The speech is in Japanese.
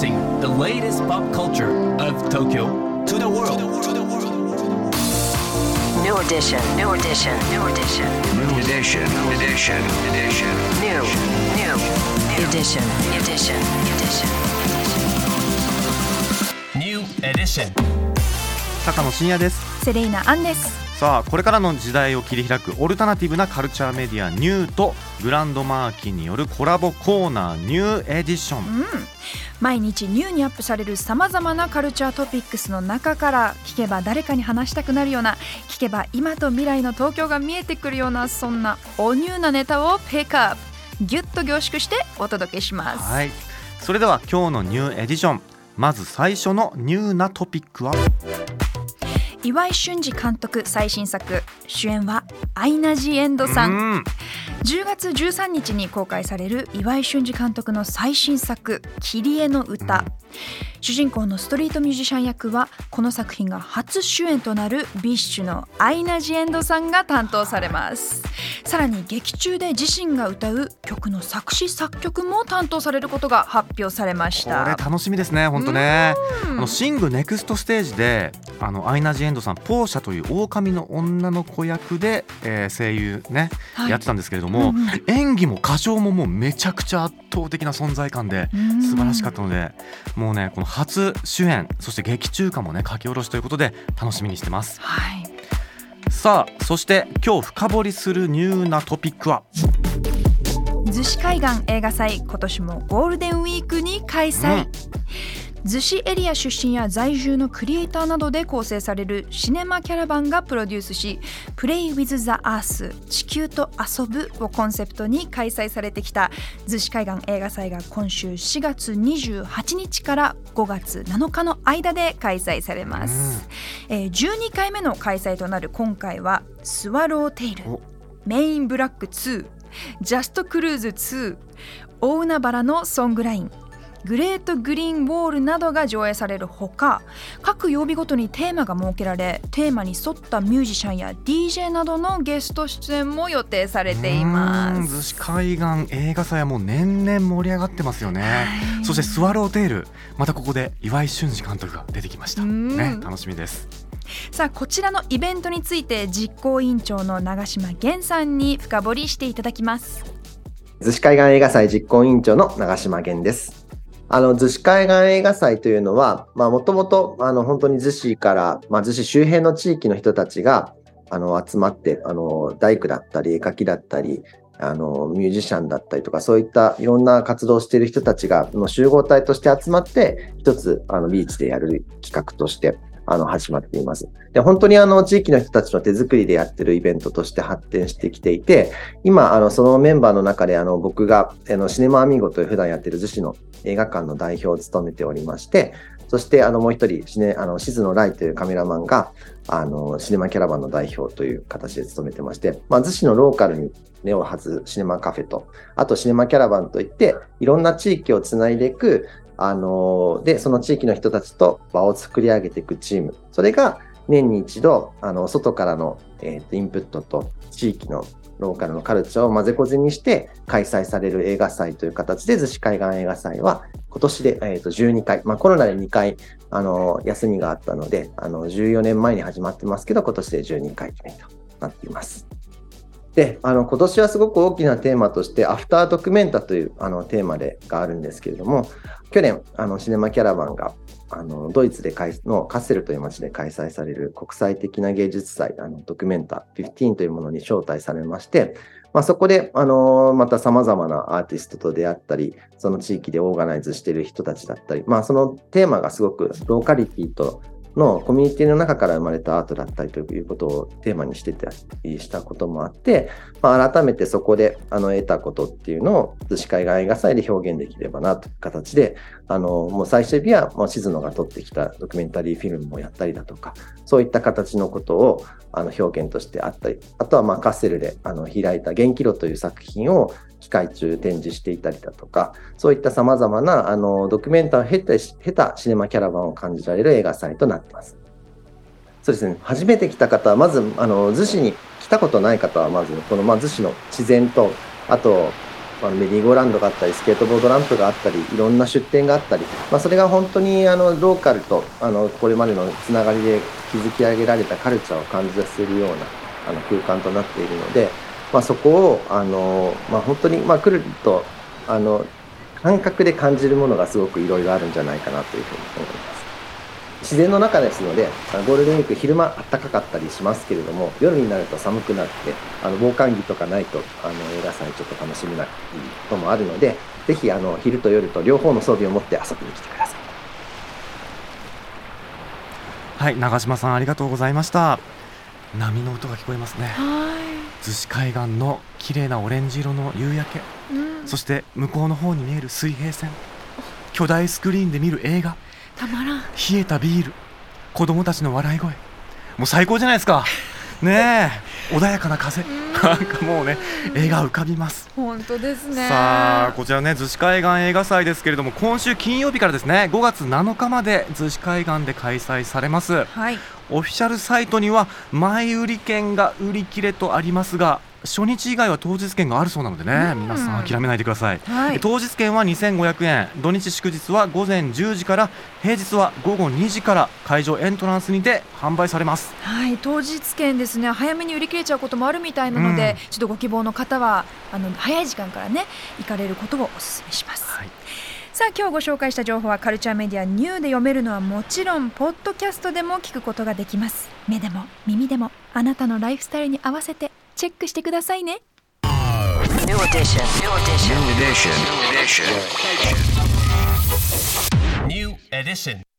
Introducing the latest pop culture of Tokyo to the world. New edition, new edition, new edition, New edition, edition, edition. new edition, edition, edition. New edition. 高野真也です。 セレイナアンです。 さあこれからの時代を切り開くオルタナティブなカルチャーメディアニューとグランドマーキーによるコラボコーナーニューエディション、 毎日ニューにアップされるさまざまなカルチャートピックスの中から聞けば誰かに話したくなるような、聞けば今と未来の東京が見えてくるような、そんなおニューなネタをピックアップギュッと凝縮してお届けします。 はい、それでは今日のニューエディション、まず最初のニューなトピックは岩井俊二監督最新作、主演はアイナ・ジ・エンドさん。10月13日に公開される岩井俊二監督の最新作キリエの歌、主人公のストリートミュージシャン役はこの作品が初主演となるビッシュのアイナ・ジ・エンドさんが担当されます。さらに劇中で自身が歌う曲の作詞作曲も担当されることが発表されました。 これ楽しみですね、本当ね。シングネクストステージでアイナ・ジ・エンドさんポーシャという狼の女の子役で、声優ね、やってたんですけれども、演技も歌唱ももうめちゃくちゃ圧倒的な存在感で素晴らしかったので、もうねこの初主演そして劇中歌もね書き下ろしということで楽しみにしてます。さあそして今日深掘りするニューなトピックは逗子海岸映画祭、今年もゴールデンウィークに開催。逗子エリア出身や在住のクリエイターなどで構成されるシネマキャラバンがプロデュースし、プレイウィズザアース、地球と遊ぶをコンセプトに開催されてきた逗子海岸映画祭が今週4月28日から5月7日の間で開催されます。12回目の開催となる今回はスワローテイル、メインブラック2、ジャストクルーズ2、大海原のソングライン、グレートグリーンウォールなどが上映されるほか、各曜日ごとにテーマが設けられ、テーマに沿ったミュージシャンや DJ などのゲスト出演も予定されています。 逗子海岸映画祭はもう年々盛り上がってますよね。そしてスワローテール、またここで岩井俊二監督が出てきました、ね、楽しみです。 さあこちらのイベントについて実行委員長の長島源さんに深掘りしていただきます。 逗子海岸映画祭実行委員長の長島源です。逗子海岸映画祭というのは、もともと本当に逗子から、逗子周辺の地域の人たちが集まって、大工だったり絵描きだったりミュージシャンだったりとか、そういったいろんな活動をしている人たちが集合体として集まって一つビーチでやる企画として始まっています。で、本当に地域の人たちの手作りでやってるイベントとして発展してきていて、今そのメンバーの中で僕がシネマアミーゴという普段やってる逗子の映画館の代表を務めておりまして、そしてもう一人静野ライというカメラマンがシネマキャラバンの代表という形で務めてまして、逗子のローカルに根を張るシネマカフェと、あとシネマキャラバンといっていろんな地域をつないでいくでその地域の人たちと場を作り上げていくチーム、それが年に一度外からの、インプットと地域のローカルのカルチャーを混ぜこぜにして開催される映画祭という形で逗子海岸映画祭は今年で、12回、コロナで2回休みがあったので14年前に始まってますけど、今年で12回目となっています。で、今年はすごく大きなテーマとしてアフタードキュメンタというテーマがあるんですけれども、去年シネマキャラバンがドイツのカッセルという街で開催される国際的な芸術祭ドキュメンタ15というものに招待されまして、そこでまた様々なアーティストと出会ったり、その地域でオーガナイズしている人たちだったり、そのテーマがすごくローカリティとのコミュニティの中から生まれたアートだったりということをテーマにしてたりしたこともあって、改めてそこで得たことっていうのを逗子海岸映画祭で表現できればなという形で、もう最終日はもう静野が撮ってきたドキュメンタリーフィルムもやったりだとか、そういった形のことを表現としてあったり、あとはカッセルで開いた元気炉という作品を機会中展示していたりだとか、そういった様々なドキュメンタを経たシネマキャラバンを感じられる映画祭となっています。そうですね、初めて来た方はまず逗子に来たことない方はまずこの逗子の自然と、あとメリーゴーランドがあったりスケートボードランプがあったりいろんな出店があったり、それが本当にローカルとこれまでのつながりで築き上げられたカルチャーを感じさせるような空間となっているので、そこを本当に来ると感覚で感じるものがすごくいろいろあるんじゃないかなというふうに思います。自然の中ですのでゴールデンウィーク昼間暖かかったりしますけれども、夜になると寒くなって防寒着とかないと映画祭ちょっと楽しめないこともあるので、ぜひ昼と夜と両方の装備を持って遊びに来てください。 はい、長島さんありがとうございました。波の音が聞こえますね。逗子海岸の綺麗なオレンジ色の夕焼け、そして向こうの方に見える水平線、巨大スクリーンで見る映画、 たまらん。 冷えたビール、子供たちの笑い声、もう最高じゃないですかねえ、穏やかな風なんかもうね絵が浮かびます。 本当ですね。 さあこちらね逗子海岸映画祭ですけれども、今週金曜日からですね5月7日まで逗子海岸で開催されます。 はい、 オフィシャルサイトには前売り券が売り切れとありますが、初日以外は当日券があるそうなのでね、皆さん諦めないでください。当日券は2500円、土日祝日は午前10時から平日は午後2時から会場エントランスにて販売されます。 はい、当日券ですね、早めに売り切れちゃうこともあるみたいなので、ちょっとご希望の方は早い時間からね行かれることをお勧めします。はい、さあ今日ご紹介した情報はカルチャーメディアニューで読めるのはもちろんポッドキャストでも聞くことができます。目でも耳でもあなたのライフスタイルに合わせてチェックしてくださいね。 New edition. New edition. New edition.